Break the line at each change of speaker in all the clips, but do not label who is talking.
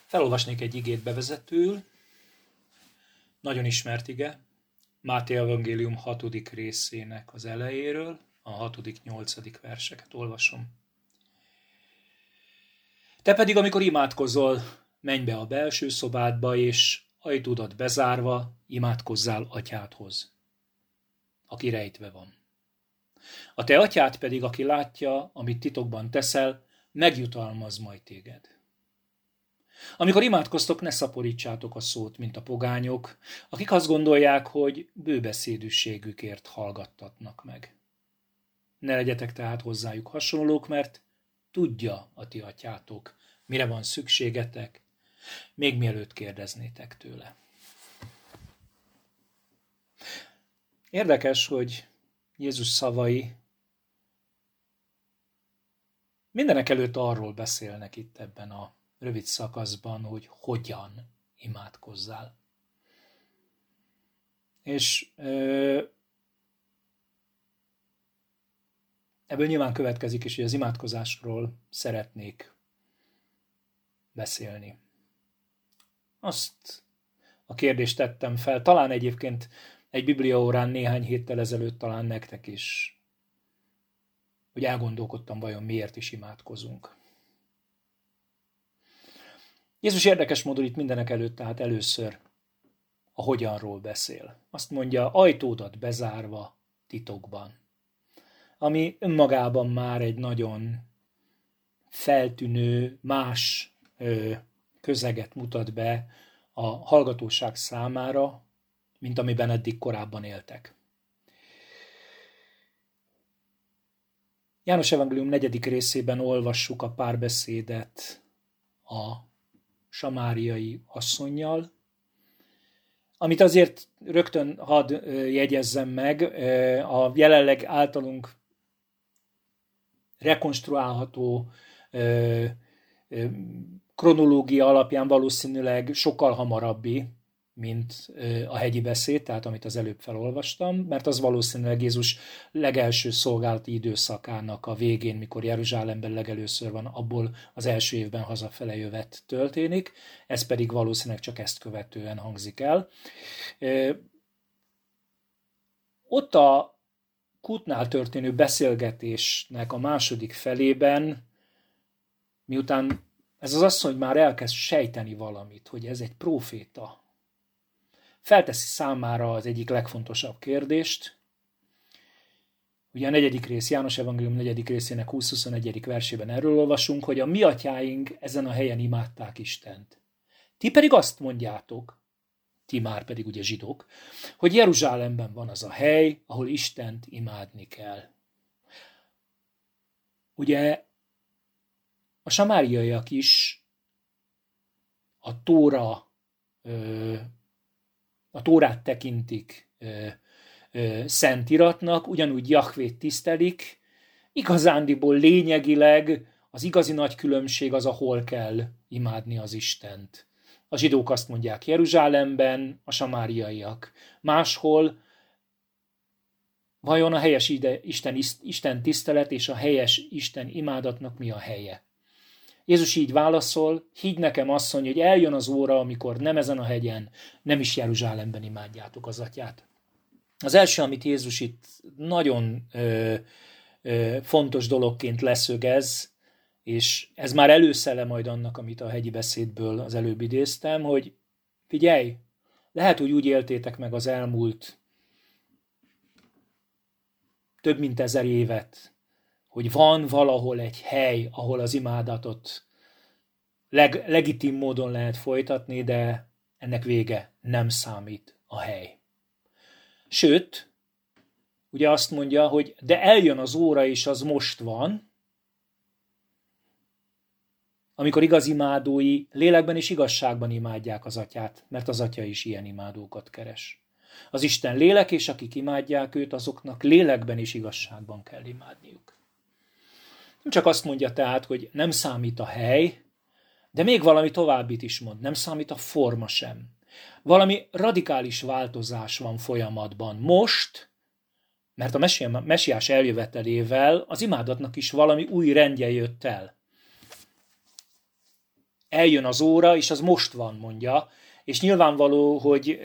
Felolvasnék egy igét bevezetőül, nagyon ismert ige, Máté evangélium 6. részének az elejéről, a 6.-8. verseket olvasom. Te pedig, amikor imádkozol, menj be a belső szobádba, és ajtódat bezárva imádkozzál atyádhoz, aki rejtve van. A te atyád pedig, aki látja, amit titokban teszel, megjutalmaz majd téged. Amikor imádkoztok, ne szaporítsátok a szót, mint a pogányok, akik azt gondolják, hogy bőbeszédűségükért hallgattatnak meg. Ne legyetek tehát hozzájuk hasonlók, mert tudja a ti atyátok, mire van szükségetek, még mielőtt kérdeznétek tőle. Érdekes, hogy Jézus szavai mindenek előtt arról beszélnek itt ebben a rövid szakaszban, hogy hogyan imádkozzál. És ebből nyilván következik is, hogy az imádkozásról szeretnék beszélni. Azt a kérdést tettem fel, talán egyébként egy bibliaórán néhány héttel ezelőtt talán nektek is, hogy elgondolkodtam, vajon miért is imádkozunk. Jézus érdekes módon itt mindenek előtt, tehát először a hogyanról beszél. Azt mondja, ajtódat bezárva titokban, ami önmagában már egy nagyon feltűnő, más közeget mutat be a hallgatóság számára, mint amiben eddig korábban éltek. János evangélium 4. részében olvassuk a párbeszédet a samáriai asszonnyal, amit azért rögtön hadd jegyezzem meg, a jelenleg általunk rekonstruálható kronológia alapján valószínűleg sokkal hamarabbi, mint a hegyi beszéd, tehát amit az előbb felolvastam, mert az valószínűleg Jézus legelső szolgálati időszakának a végén, mikor Jeruzsálemben legelőször van, abból az első évben hazafele jövet történik, ez pedig valószínűleg csak ezt követően hangzik el. Ott a kútnál történő beszélgetésnek a második felében, miután ez az asszony már elkezd sejteni valamit, hogy ez egy próféta, felteszi számára az egyik legfontosabb kérdést. Ugye a 4. rész, János evangélium 4. részének 20-21. versében erről olvasunk, hogy a mi atyáink ezen a helyen imádták Istent. Ti pedig azt mondjátok, ti már pedig ugye zsidók, hogy Jeruzsálemben van az a hely, ahol Istent imádni kell. Ugye a samáriaiak is a Tórát tekintik szentiratnak, ugyanúgy Jahvét tisztelik, igazándiból lényegileg az igazi nagy különbség az, ahol kell imádni az Istent. A zsidók azt mondják Jeruzsálemben, a samáriaiak máshol. Vajon a helyes Isten tisztelet és a helyes Isten imádatnak mi a helye? Jézus így válaszol, higgy nekem, asszony, hogy eljön az óra, amikor nem ezen a hegyen, nem is Jeruzsálemben imádjátok az atyát. Az első, amit Jézus itt nagyon fontos dologként leszögez, és ez már előszele majd annak, amit a hegyi beszédből az előbb idéztem, hogy figyelj, lehet, hogy úgy éltétek meg az elmúlt több mint 1000 évet, hogy van valahol egy hely, ahol az imádatot legitim módon lehet folytatni, de ennek vége, nem számít a hely. Sőt, ugye azt mondja, hogy de eljön az óra, és az most van, amikor igaz imádói lélekben és igazságban imádják az atyát, mert az atya is ilyen imádókat keres. Az Isten lélek, és akik imádják őt, azoknak lélekben és igazságban kell imádniuk. Nem csak azt mondja tehát, hogy nem számít a hely, de még valami továbbit is mond, nem számít a forma sem. Valami radikális változás van folyamatban. Most, mert a messiás eljövetelével az imádatnak is valami új rendje jött el. eljön az óra, és az most van, mondja, és nyilvánvaló, hogy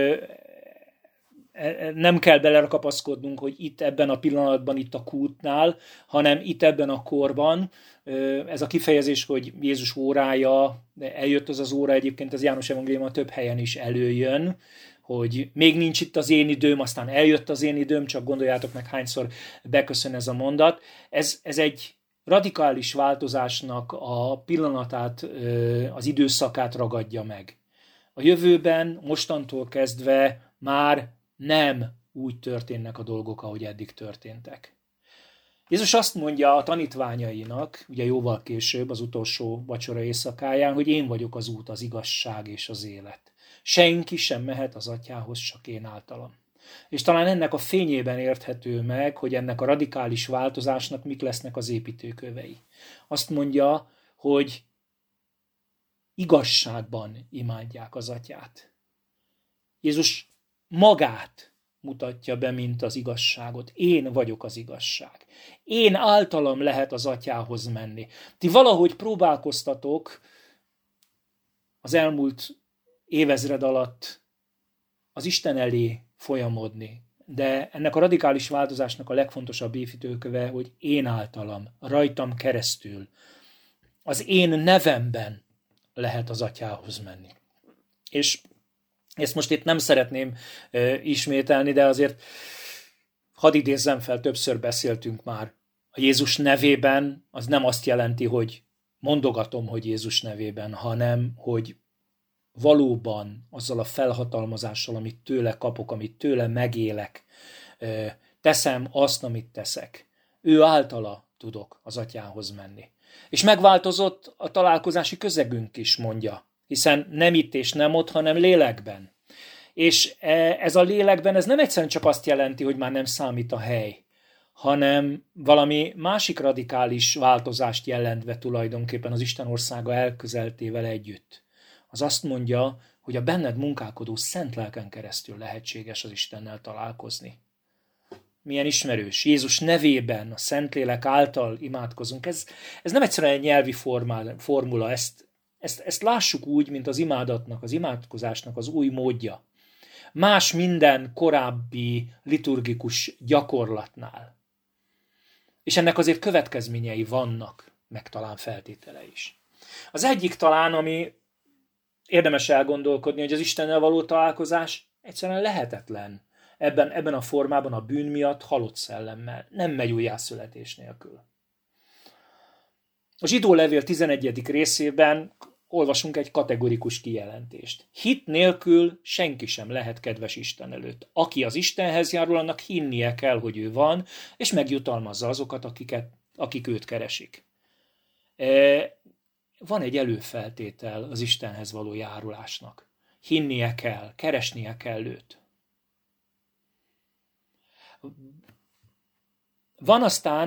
nem kell belerakapaszkodnunk, hogy itt ebben a pillanatban, itt a kútnál, hanem itt ebben a korban. Ez a kifejezés, hogy Jézus órája, eljött az óra, egyébként az János evangéliumban több helyen is előjön, hogy még nincs itt az én időm, aztán eljött az én időm, csak gondoljátok meg, hányszor beköszön ez a mondat. Ez egy radikális változásnak a pillanatát, az időszakát ragadja meg. A jövőben, mostantól kezdve már nem úgy történnek a dolgok, ahogy eddig történtek. Jézus azt mondja a tanítványainak, ugye jóval később, az utolsó vacsora éjszakáján, hogy én vagyok az út, az igazság és az élet. Senki sem mehet az atyához, csak én általam. És talán ennek a fényében érthető meg, hogy ennek a radikális változásnak mik lesznek az építőkövei. Azt mondja, hogy igazságban imádják az atyát. Jézus magát mutatja be, mint az igazságot. Én vagyok az igazság. Én általam lehet az atyához menni. Ti valahogy próbálkoztatok az elmúlt évezred alatt az Isten elé folyamodni, de ennek a radikális változásnak a legfontosabb építőköve, hogy én általam, rajtam keresztül, az én nevemben lehet az atyához menni. És ezt most itt nem szeretném ismételni, de azért hadd idézzem fel, többször beszéltünk már. A Jézus nevében az nem azt jelenti, hogy mondogatom, hogy Jézus nevében, hanem, hogy valóban azzal a felhatalmazással, amit tőle kapok, amit tőle megélek, teszem azt, amit teszek. Ő általa tudok az atyához menni. És megváltozott a találkozási közegünk is, mondja, hiszen nem itt és nem ott, hanem lélekben. És ez a lélekben, ez nem egyszerűen csak azt jelenti, hogy már nem számít a hely, hanem valami másik radikális változást jelentve tulajdonképpen az Isten országa elközeltével együtt. Az azt mondja, hogy a benned munkálkodó szent lelken keresztül lehetséges az Istennel találkozni. Milyen ismerős. Jézus nevében, a Szentlélek által imádkozunk. Ez nem egyszerűen egy nyelvi formula, ezt lássuk úgy, mint az imádatnak, az imádkozásnak az új módja. Más minden korábbi liturgikus gyakorlatnál. És ennek azért következményei vannak, meg talán feltétele is. Az egyik talán, ami érdemes elgondolkodni, hogy az Istennel való találkozás egyszerűen lehetetlen. Ebben a formában a bűn miatt halott szellemmel. Nem megy újjászületés nélkül. A Zsidó levél 11. részében olvasunk egy kategorikus kijelentést. Hit nélkül senki sem lehet kedves Isten előtt. Aki az Istenhez járul, annak hinnie kell, hogy ő van, és megjutalmazza azokat, akik őt keresik. Van egy előfeltétel az Istenhez való járulásnak. Hinnie kell, keresnie kell őt. Van aztán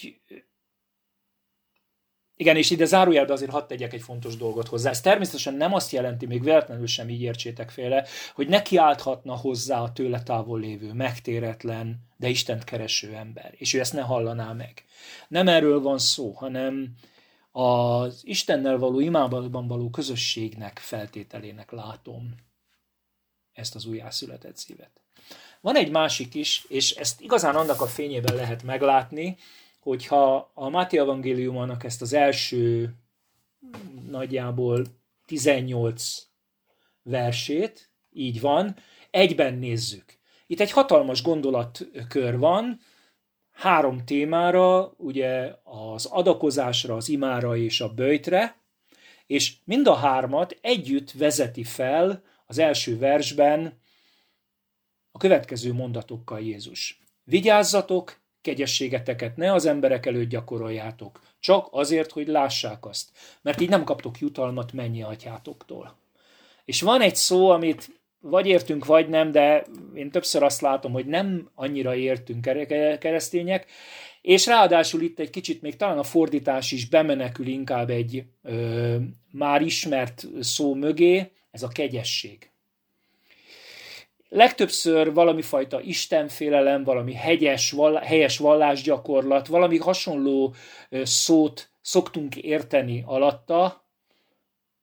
igen, és ide zárójelbe azért hadd tegyek egy fontos dolgot hozzá. Ez természetesen nem azt jelenti, még véletlenül sem így értsétek félre, hogy ne kiálthatna hozzá a tőle távol lévő, megtéretlen, de Istent kereső ember, és ő ezt ne hallaná meg. Nem erről van szó, hanem az Istennel való imádatban való közösségnek feltételének látom ezt az újjászületett szívet. Van egy másik is, és ezt igazán annak a fényében lehet meglátni, hogyha a Máté evangéliumának ezt az első nagyjából 18 versét, így van, egyben nézzük. Itt egy hatalmas gondolatkör van, 3 témára, ugye az adakozásra, az imára és a böjtre, és mind a 3-at együtt vezeti fel az első versben a következő mondatokkal Jézus. Vigyázzatok, kegyességeteket ne az emberek előtt gyakoroljátok, csak azért, hogy lássák azt, mert így nem kaptok jutalmat mennyi atyátoktól. És van egy szó, amit vagy értünk, vagy nem, de én többször azt látom, hogy nem annyira értünk keresztények, és ráadásul itt egy kicsit még talán a fordítás is bemenekül inkább egy már ismert szó mögé, ez a kegyesség. Legtöbbször valami fajta istenfélelem, valami helyes vallásgyakorlat, valami hasonló szót szoktunk érteni alatta,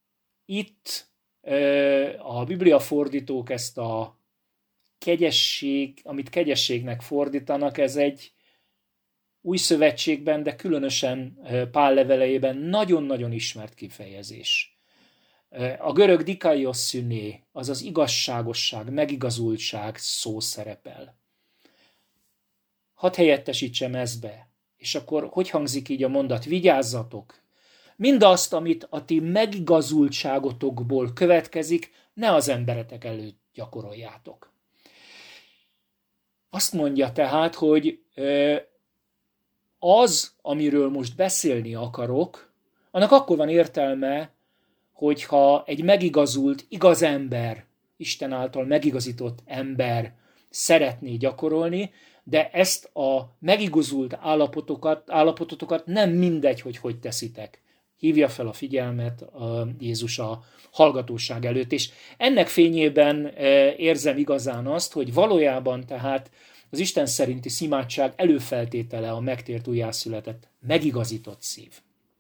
itt a bibliafordítók ezt a kegyesség, amit kegyességnek fordítanak, ez egy új szövetségben, de különösen Pál levelejében nagyon-nagyon ismert kifejezés. A görög dikaioszüné, azaz igazságosság, megigazultság szó szerepel. Hadd helyettesítsem ezt be, és akkor hogy hangzik így a mondat? Vigyázzatok! Mindazt, amit a ti megigazultságotokból következik, ne az emberetek előtt gyakoroljátok. Azt mondja tehát, hogy az, amiről most beszélni akarok, annak akkor van értelme, hogyha egy megigazult, igaz ember, Isten által megigazított ember szeretné gyakorolni, de ezt a megigazult állapototokat nem mindegy, hogy teszitek. Hívja fel a figyelmet Jézus a hallgatóság előtt, és ennek fényében érzem igazán azt, hogy valójában tehát az Isten szerinti szimádság előfeltétele a megtért újjászületett, megigazított szív.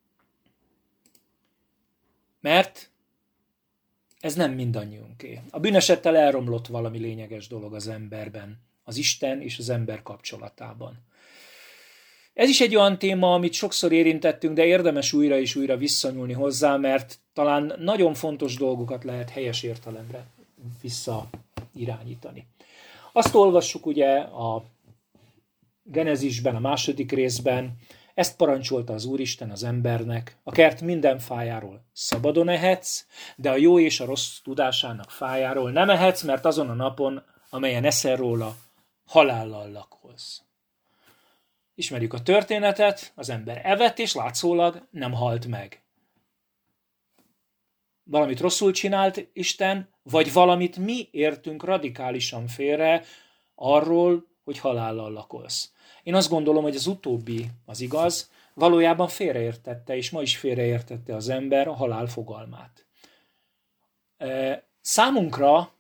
Mert ez nem mindannyiunké. A bűnesettel elromlott valami lényeges dolog az emberben, az Isten és az ember kapcsolatában. Ez is egy olyan téma, amit sokszor érintettünk, de érdemes újra és újra visszanyúlni hozzá, mert talán nagyon fontos dolgokat lehet helyes értelemre visszairányítani. Azt olvassuk ugye a Genezisben, a 2. részben, ezt parancsolta az Úristen az embernek, a kert minden fájáról szabadon ehetsz, de a jó és a rossz tudásának fájáról nem ehetsz, mert azon a napon, amelyen eszel róla, halállal lakolsz. Ismerjük a történetet, az ember evett, és látszólag nem halt meg. Valamit rosszul csinált Isten, vagy valamit mi értünk radikálisan félre arról, hogy halállal lakolsz. Én azt gondolom, hogy az utóbbi az igaz, valójában félreértette, és ma is félreértette az ember a halál fogalmát. Számunkra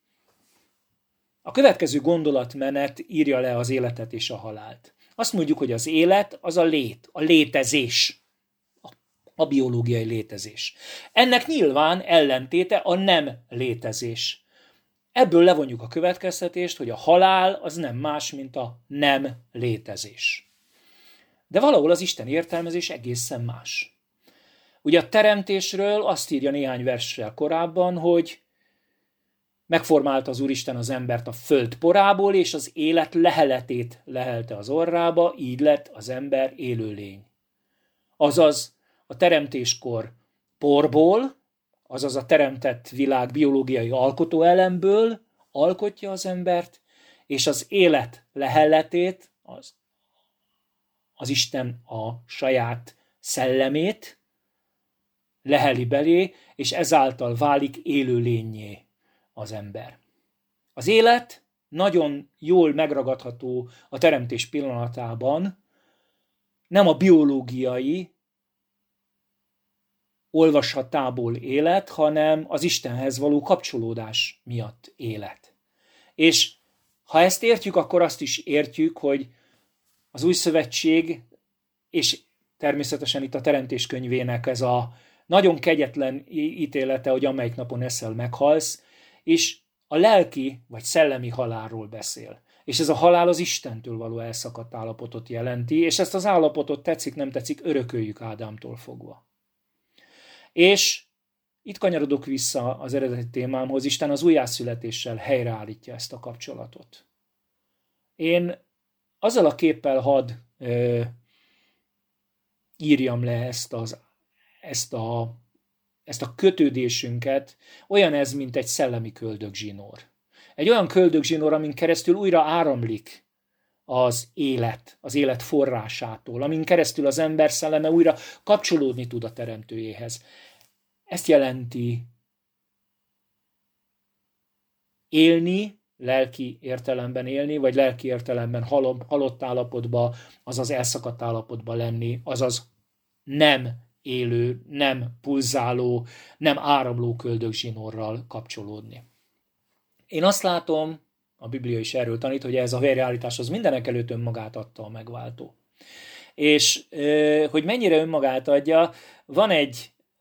a következő gondolatmenet írja le az életet és a halált. Azt mondjuk, hogy az élet az a lét, a létezés, a biológiai létezés. Ennek nyilván ellentéte a nem létezés. Ebből levonjuk a következtetést, hogy a halál az nem más, mint a nem létezés. De valahol az Isten értelmezés egészen más. Ugye a teremtésről azt írja néhány verssel korábban, hogy megformálta az Úristen az embert a föld porából, és az élet leheletét lehelte az orrába, így lett az ember élőlény. Azaz a teremtéskor porból, azaz a teremtett világ biológiai alkotóelemből alkotja az embert, és az élet leheletét, az Isten a saját szellemét leheli belé, és ezáltal válik élőlénnyé az ember. Az élet nagyon jól megragadható a teremtés pillanatában, nem a biológiai olvashatából élet, hanem az Istenhez való kapcsolódás miatt élet. És ha ezt értjük, akkor azt is értjük, hogy az új szövetség, és természetesen itt a Teremtés könyvének ez a nagyon kegyetlen ítélete, hogy amelyik napon eszel, meghalsz, és a lelki vagy szellemi halálról beszél. És ez a halál az Istentől való elszakadt állapotot jelenti, és ezt az állapotot tetszik, nem tetszik, örököljük Ádámtól fogva. És itt kanyarodok vissza az eredeti témámhoz, Isten az újjászületéssel helyreállítja ezt a kapcsolatot. Én azzal a képpel hadd írjam le ezt a kötődésünket, olyan ez, mint egy szellemi köldögzsinór. Egy olyan köldögzsinór, amin keresztül újra áramlik az élet forrásától, amin keresztül az ember szelleme újra kapcsolódni tud a teremtőjéhez. Ezt jelenti élni, lelki értelemben élni, vagy lelki értelemben halott állapotba, azaz elszakadt állapotba lenni, azaz nem élő, nem pulzáló, nem áramló köldögzsinórral kapcsolódni. Én azt látom, a Biblia is erről tanít, hogy ez a helyreállítás az mindenek előtt önmagát adta a megváltó. És hogy mennyire önmagát adja, van egy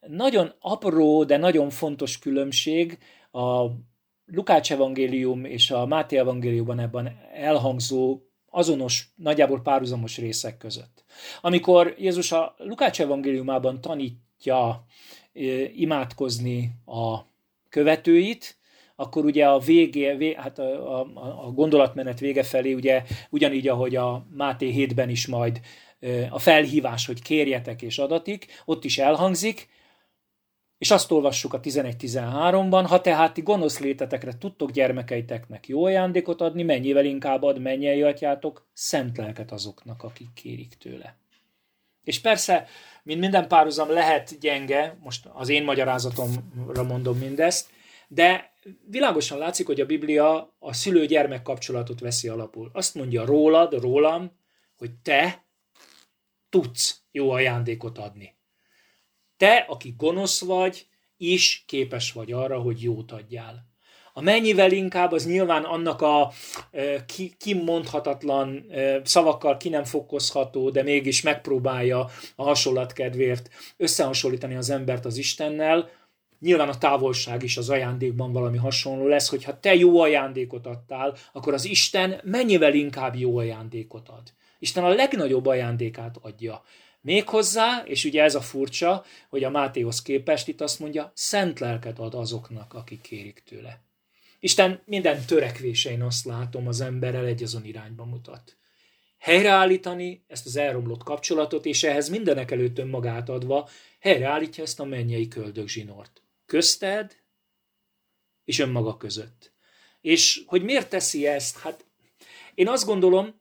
nagyon apró, de nagyon fontos különbség a Lukács evangélium és a Máté evangéliumban ebben elhangzó azonos, nagyjából párhuzamos részek között. Amikor Jézus a Lukács evangéliumában tanítja imádkozni a követőit, akkor ugye a a gondolatmenet vége felé, ugye ugyanígy, ahogy a Máté 7-ben is majd a felhívás, hogy kérjetek és adatik, ott is elhangzik, és azt olvassuk a 11-13-ban, ha tehát ti gonosz létetekre tudtok gyermekeiteknek jó ajándékot adni, mennyivel inkább ad mennyei atyátok szent lelket azoknak, akik kérik tőle. És persze, mint minden párhuzam lehet gyenge, most az én magyarázatomra mondom mindezt, de világosan látszik, hogy a Biblia a szülő-gyermek kapcsolatot veszi alapul. Azt mondja rólam, hogy te tudsz jó ajándékot adni. Te, aki gonosz vagy, is képes vagy arra, hogy jót adjál. A mennyivel inkább az nyilván annak a kimondhatatlan szavakkal ki nem fokozható, de mégis megpróbálja a hasonlatkedvért összehasonlítani az embert az Istennel. Nyilván a távolság is az ajándékban valami hasonló lesz, hogy ha te jó ajándékot adtál, akkor az Isten mennyivel inkább jó ajándékot ad. Isten a legnagyobb ajándékát adja. Méghozzá, és ugye ez a furcsa, hogy a Mátéhoz képest itt azt mondja, szent lelket ad azoknak, akik kérik tőle. Isten minden törekvésein azt látom, az emberrel egyazon irányba mutat. Helyreállítani ezt az elromlott kapcsolatot, és ehhez mindenek előtt önmagát adva, helyreállítja ezt a mennyei köldögzsinort. Közted és önmaga között. És hogy miért teszi ezt? Hát én azt gondolom,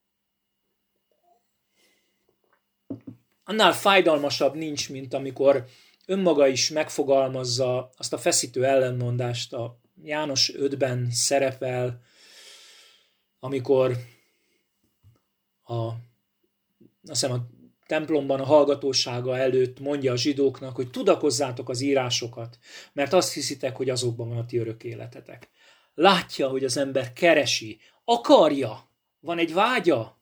annál fájdalmasabb nincs, mint amikor önmaga is megfogalmazza azt a feszítő ellenmondást, a János 5-ben szerepel, amikor azt hiszem a templomban a hallgatósága előtt mondja a zsidóknak, hogy tudakozzátok az írásokat, mert azt hiszitek, hogy azokban van a ti örök életetek. Látja, hogy az ember keresi, akarja, van egy vágya,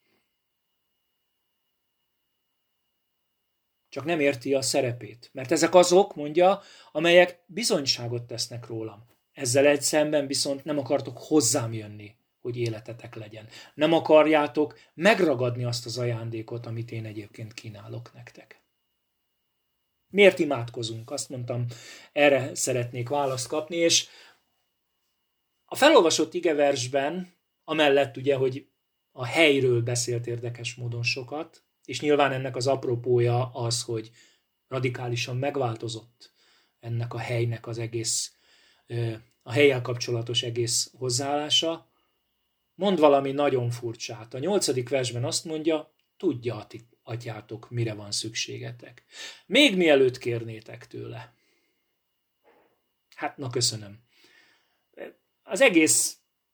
csak nem érti a szerepét. Mert ezek azok, mondja, amelyek bizonyságot tesznek rólam. Ezzel egy szemben viszont nem akartok hozzám jönni, hogy életetek legyen. Nem akarjátok megragadni azt az ajándékot, amit én egyébként kínálok nektek. Miért imádkozunk? Azt mondtam, erre szeretnék választ kapni, és a felolvasott igeversben, amellett ugye, hogy a helyről beszélt érdekes módon sokat, és nyilván ennek az apropója az, hogy radikálisan megváltozott ennek a helynek az egész, a hellyel kapcsolatos egész hozzáállása. Mond valami nagyon furcsát. A 8. versben azt mondja, tudja a ti atyátok, mire van szükségetek. Még mielőtt kérnétek tőle. Hát, na köszönöm. Az egész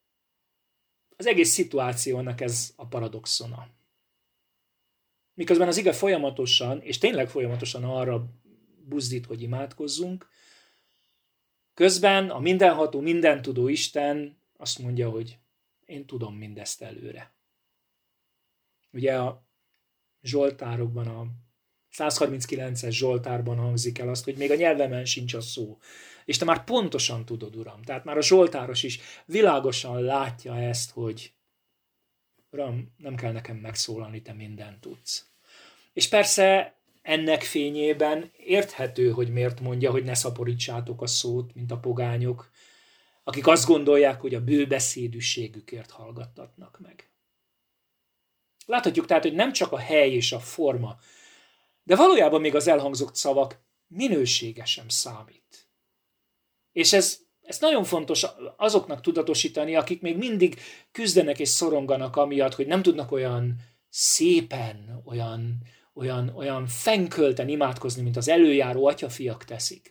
szituációnak ez a paradoxona. Miközben az ige folyamatosan, és tényleg folyamatosan arra buzdít, hogy imádkozzunk, közben a mindenható, mindentudó Isten azt mondja, hogy én tudom mindezt előre. Ugye a Zsoltárokban, a 139-es Zsoltárban hangzik el azt, hogy még a nyelvemen sincs a szó. És te már pontosan tudod, Uram. Tehát már a Zsoltáros is világosan látja ezt, hogy Uram, nem kell nekem megszólalni, te mindent tudsz. És persze ennek fényében érthető, hogy miért mondja, hogy ne szaporítsátok a szót, mint a pogányok, akik azt gondolják, hogy a bőbeszédűségükért hallgattatnak meg. Láthatjuk tehát, hogy nem csak a hely és a forma, de valójában még az elhangzott szavak minősége sem számít. És ez nagyon fontos azoknak tudatosítani, akik még mindig küzdenek és szoronganak amiatt, hogy nem tudnak olyan szépen, olyan fenkölten imádkozni, mint az előjáró atyafiak teszik.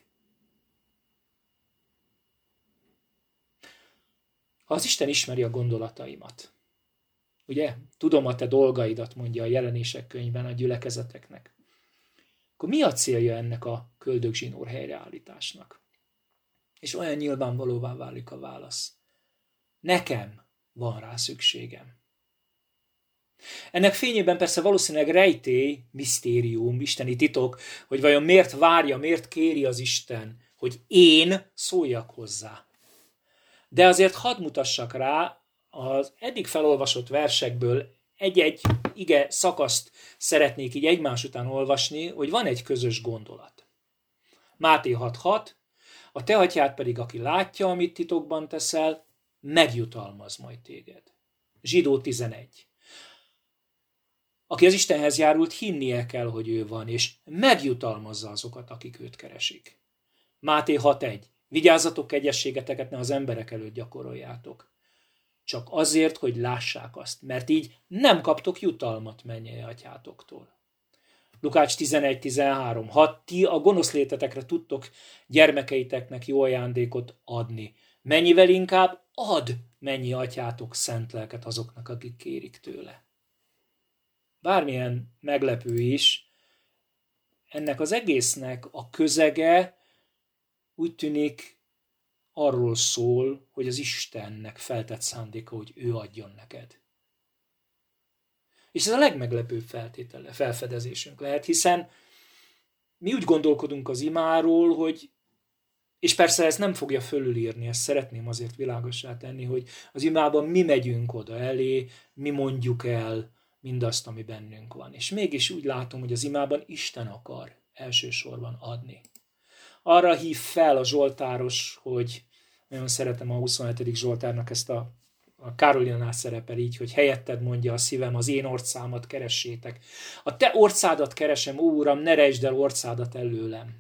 Ha az Isten ismeri a gondolataimat, ugye, tudom a te dolgaidat, mondja a Jelenések könyvben a gyülekezeteknek, akkor mi a célja ennek a köldögzsinór helyreállításnak? És olyan nyilvánvalóvá válik a válasz. Nekem van rá szükségem. Ennek fényében persze valószínűleg rejtély, misztérium, isteni titok, hogy vajon miért várja, miért kéri az Isten, hogy én szóljak hozzá. De azért hadd mutassak rá, az eddig felolvasott versekből egy-egy ige szakaszt szeretnék így egymás után olvasni, hogy van egy közös gondolat. Máté 6.6, a te atyád pedig, aki látja, amit titokban teszel, megjutalmaz majd téged. Zsidó 11. Aki az Istenhez járult, hinnie kell, hogy ő van, és megjutalmazza azokat, akik őt keresik. Máté 6.1. Vigyázzatok, kegyességeteket ne az emberek előtt gyakoroljátok. Csak azért, hogy lássák azt, mert így nem kaptok jutalmat mennyei atyátoktól. Lukács 11.13. Ha ti a gonosz létetekre tudtok gyermekeiteknek jó ajándékot adni, mennyivel inkább ad mennyi atyátok szent lelket azoknak, akik kérik tőle. Bármilyen meglepő is, ennek az egésznek a közege úgy tűnik arról szól, hogy az Istennek feltett szándéka, hogy ő adjon neked. És ez a legmeglepőbb felfedezésünk lehet, hiszen mi úgy gondolkodunk az imáról, hogy, és persze ez nem fogja fölülírni, ezt szeretném azért világossá tenni, hogy az imában mi megyünk oda elé, mi mondjuk el mindazt, ami bennünk van. És mégis úgy látom, hogy az imában Isten akar elsősorban adni. Arra hív fel a zsoltáros, hogy nagyon szeretem a 27. zsoltárnak ezt a Károlinánál szerepel így, hogy helyetted mondja a szívem, az én orcámat keressétek. A te orcádat keresem, ó Uram, ne rejtsd el orcádat előlem.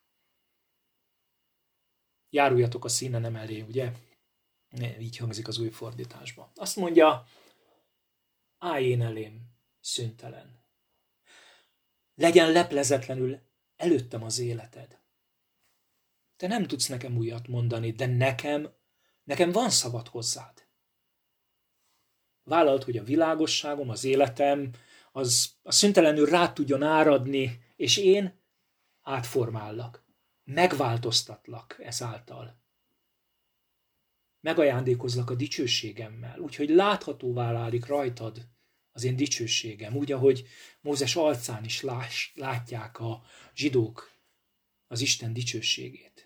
Járuljatok a színenem elé, ugye? Így hangzik az új fordításban. Azt mondja, állj én elém, szüntelen. Legyen leplezetlenül előttem az életed. Te nem tudsz nekem újat mondani, de nekem van szabad hozzád. Vállald, hogy a világosságom, az életem, az szüntelenül rá tudjon áradni, és én átformállak, megváltoztatlak ezáltal. Megajándékozlak a dicsőségemmel, úgyhogy láthatóvá válik rajtad az én dicsőségem, úgy, ahogy Mózes arcán is látják a zsidók az Isten dicsőségét.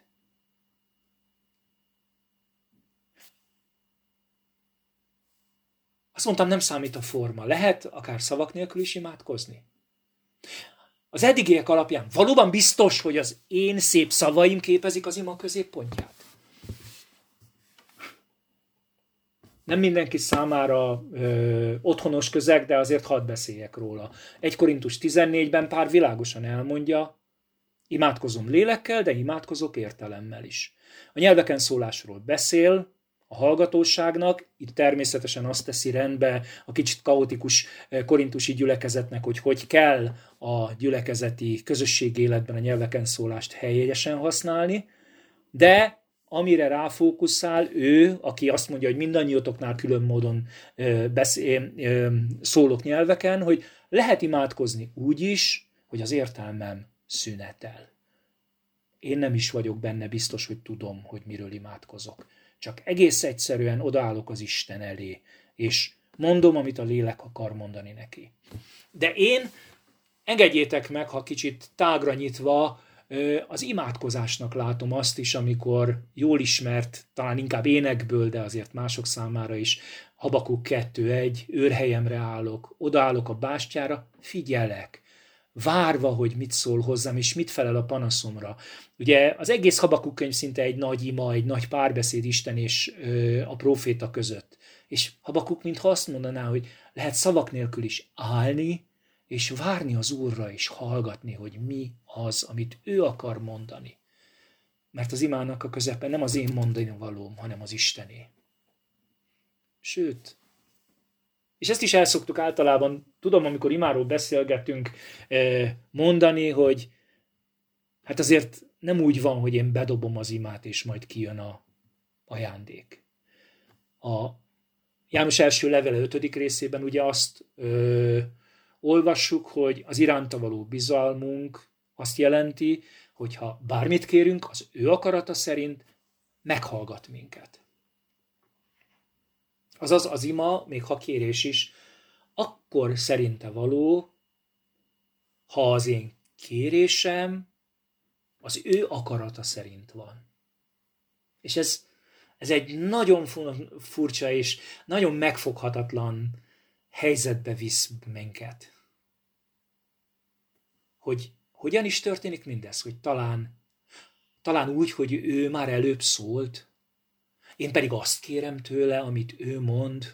Azt mondtam, nem számít a forma. Lehet akár szavak nélkül is imádkozni. Az eddigiek alapján valóban biztos, hogy az én szép szavaim képezik az ima középpontját. Nem mindenki számára otthonos közeg, de azért hadd beszéljek róla. 1 Korintus 14-ben Pál világosan elmondja, imádkozom lélekkel, de imádkozok értelemmel is. A nyelveken szólásról beszél a hallgatóságnak, itt természetesen azt teszi rendbe a kicsit kaotikus korintusi gyülekezetnek, hogy kell a gyülekezeti közösségi életben a nyelveken szólást helyesen használni, de amire ráfókuszál ő, aki azt mondja, hogy mindannyiotoknál külön módon szólok nyelveken, hogy lehet imádkozni úgy is, hogy az értelmem szünetel. Én nem is vagyok benne biztos, hogy tudom, hogy miről imádkozok. Csak egész egyszerűen odaállok az Isten elé, és mondom, amit a lélek akar mondani neki. De én, engedjétek meg, ha kicsit tágra nyitva, az imádkozásnak látom azt is, amikor jól ismert, talán inkább énekből, de azért mások számára is, Habakuk 2.1, őrhelyemre állok, odaállok a bástyára, figyelek, várva, hogy mit szól hozzám, és mit felel a panaszomra. Ugye az egész Habakuk könyv szinte egy nagy ima, egy nagy párbeszéd Isten és a próféta között. És Habakuk mintha azt mondaná, hogy lehet szavak nélkül is állni, és várni az Úrra, és hallgatni, hogy mi az, amit ő akar mondani. Mert az imának a közepe nem az én mondani valóm, hanem az Istené. Sőt, és ezt is elszoktuk általában, tudom, amikor imáról beszélgetünk, mondani, hogy hát azért nem úgy van, hogy én bedobom az imát, és majd kijön a ajándék. A János első levele 5. részében ugye azt olvassuk, hogy az iránta való bizalmunk azt jelenti, hogy ha bármit kérünk, az ő akarata szerint meghallgat minket. Azaz az ima, még ha kérés is, akkor szerinte való, ha az én kérésem az ő akarata szerint van. És ez egy nagyon furcsa és nagyon megfoghatatlan helyzetbe visz minket. Hogy hogyan is történik mindez? Hogy talán úgy, hogy ő már előbb szólt, én pedig azt kérem tőle, amit ő mond.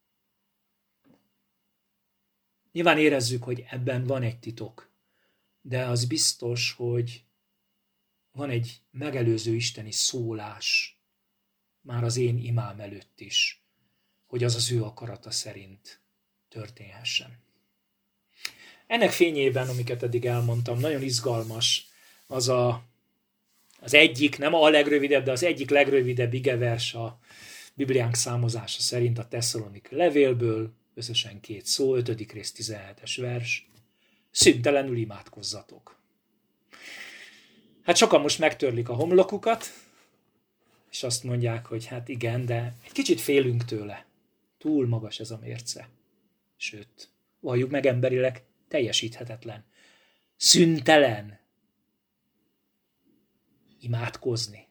Nyilván érezzük, hogy ebben van egy titok, de az biztos, hogy van egy megelőző isteni szólás már az én imám előtt is, hogy az az ő akarata szerint történhessen. Ennek fényében, amiket eddig elmondtam, nagyon izgalmas az egyik, nem a legrövidebb, de az egyik legrövidebb igevers a Bibliánk számozása szerint a Tesszaloniki levélből, összesen 2 szó, 5. rész 17-es vers. Szüntelenül imádkozzatok. Hát sokan most megtörlik a homlokukat, és azt mondják, hogy hát igen, de egy kicsit félünk tőle. Túl magas ez a mérce. Sőt, valljuk meg emberileg, teljesíthetetlen. Szüntelen imádkozni.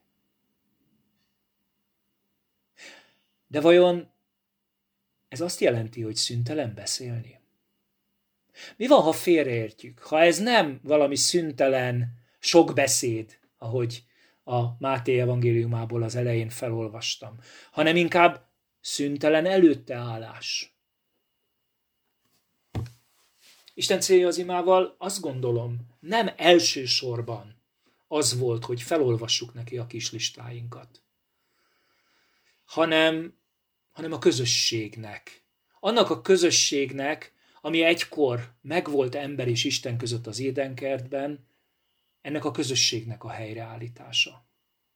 De vajon ez azt jelenti, hogy szüntelen beszélni? Mi van, ha félreértjük? Ha ez nem valami szüntelen sok beszéd, ahogy a Máté evangéliumából az elején felolvastam, hanem inkább szüntelen előtte állás. Isten célja az imával, azt gondolom, nem elsősorban az volt, hogy felolvassuk neki a kis listáinkat, hanem a közösségnek. Annak a közösségnek, ami egykor megvolt ember és Isten között az Édenkertben, ennek a közösségnek a helyreállítása.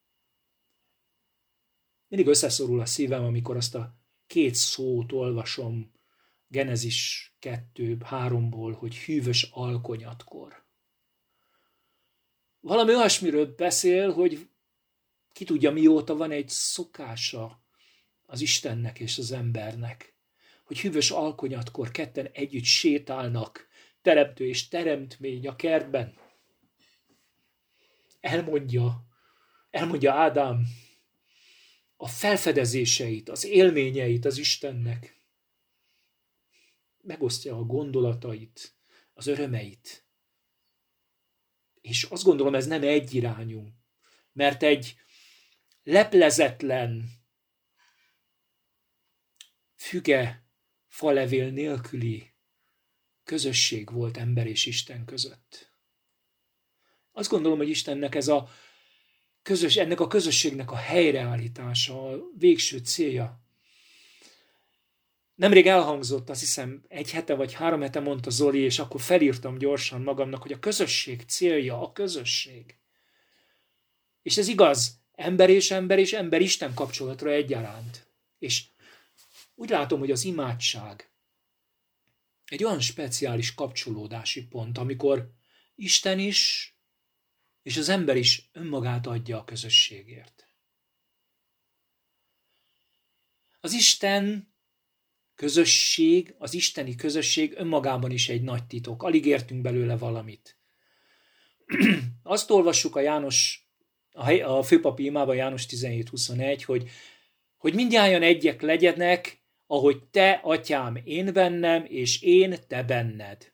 Mindig összeszorul a szívem, amikor azt a 2 szót olvasom Genezis 2-3-ból, hogy hűvös alkonyatkor. Valami olyasmiről beszél, hogy ki tudja mióta van egy szokása az Istennek és az embernek, hogy hűvös alkonyatkor ketten együtt sétálnak, teremtő és teremtmény a kertben. Elmondja Ádám a felfedezéseit, az élményeit az Istennek. Megosztja a gondolatait, az örömeit. És azt gondolom, ez nem egyirányú, mert egy leplezetlen, füge, falevél nélküli közösség volt ember és Isten között. Azt gondolom, hogy Istennek ennek a közösségnek a helyreállítása, a végső célja. Nemrég elhangzott, azt hiszem 1 hete vagy 3 hete mondta Zoli, és akkor felírtam gyorsan magamnak, hogy a közösség célja a közösség. És ez igaz, ember és ember-Isten kapcsolatra egyaránt. És úgy látom, hogy az imádság egy olyan speciális kapcsolódási pont, amikor Isten is és az ember is önmagát adja a közösségért. Az Isten közösség, az isteni közösség önmagában is egy nagy titok. Alig értünk belőle valamit. Azt olvassuk a főpapi imában, János 17:21, hogy mindnyájan egyek legyenek, ahogy te, atyám, én bennem, és én te benned.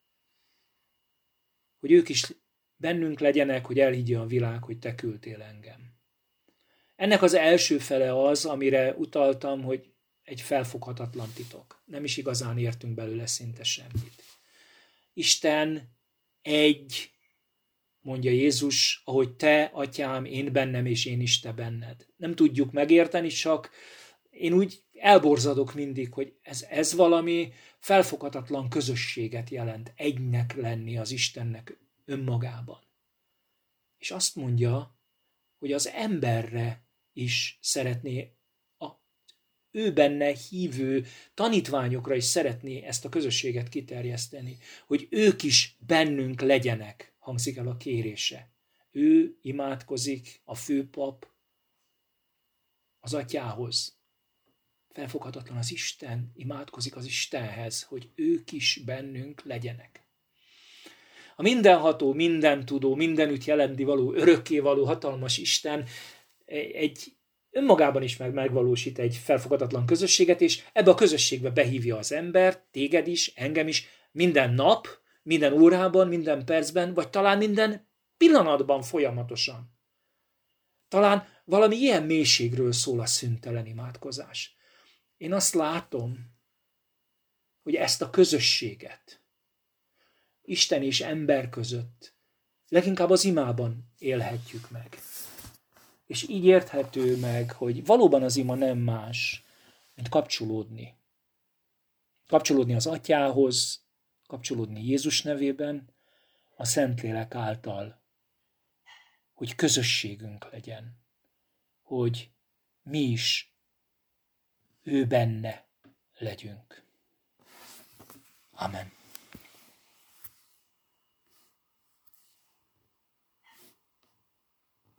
Hogy ők is bennünk legyenek, hogy elhiggye a világ, hogy te küldtél engem. Ennek az első fele az, amire utaltam, hogy egy felfoghatatlan titok. Nem is igazán értünk belőle szinte semmit. Isten egy, mondja Jézus, ahogy te, atyám, én bennem, és én is te benned. Nem tudjuk megérteni, csak én úgy elborzadok mindig, hogy ez valami felfoghatatlan közösséget jelent, egynek lenni az Istennek önmagában. És azt mondja, hogy az emberre is szeretné, ő benne hívő tanítványokra is szeretné ezt a közösséget kiterjeszteni, hogy ők is bennünk legyenek, hangzik el a kérése. Ő imádkozik, a főpap az atyához. Felfoghatatlan az Isten, imádkozik az Istenhez, hogy ők is bennünk legyenek. A mindenható, mindentudó, mindenütt jelennivaló, örökkévaló, hatalmas Isten egy önmagában is megvalósít egy felfoghatatlan közösséget, és ebbe a közösségbe behívja az embert, téged is, engem is, minden nap, minden órában, minden percben, vagy talán minden pillanatban folyamatosan. Talán valami ilyen mélységről szól a szüntelen imádkozás. Én azt látom, hogy ezt a közösséget Isten és ember között leginkább az imában élhetjük meg. És így érthető meg, hogy valóban az ima nem más, mint kapcsolódni. Kapcsolódni az Atyához, kapcsolódni Jézus nevében, a Szentlélek által, hogy közösségünk legyen, hogy mi is ő benne legyünk. Amen.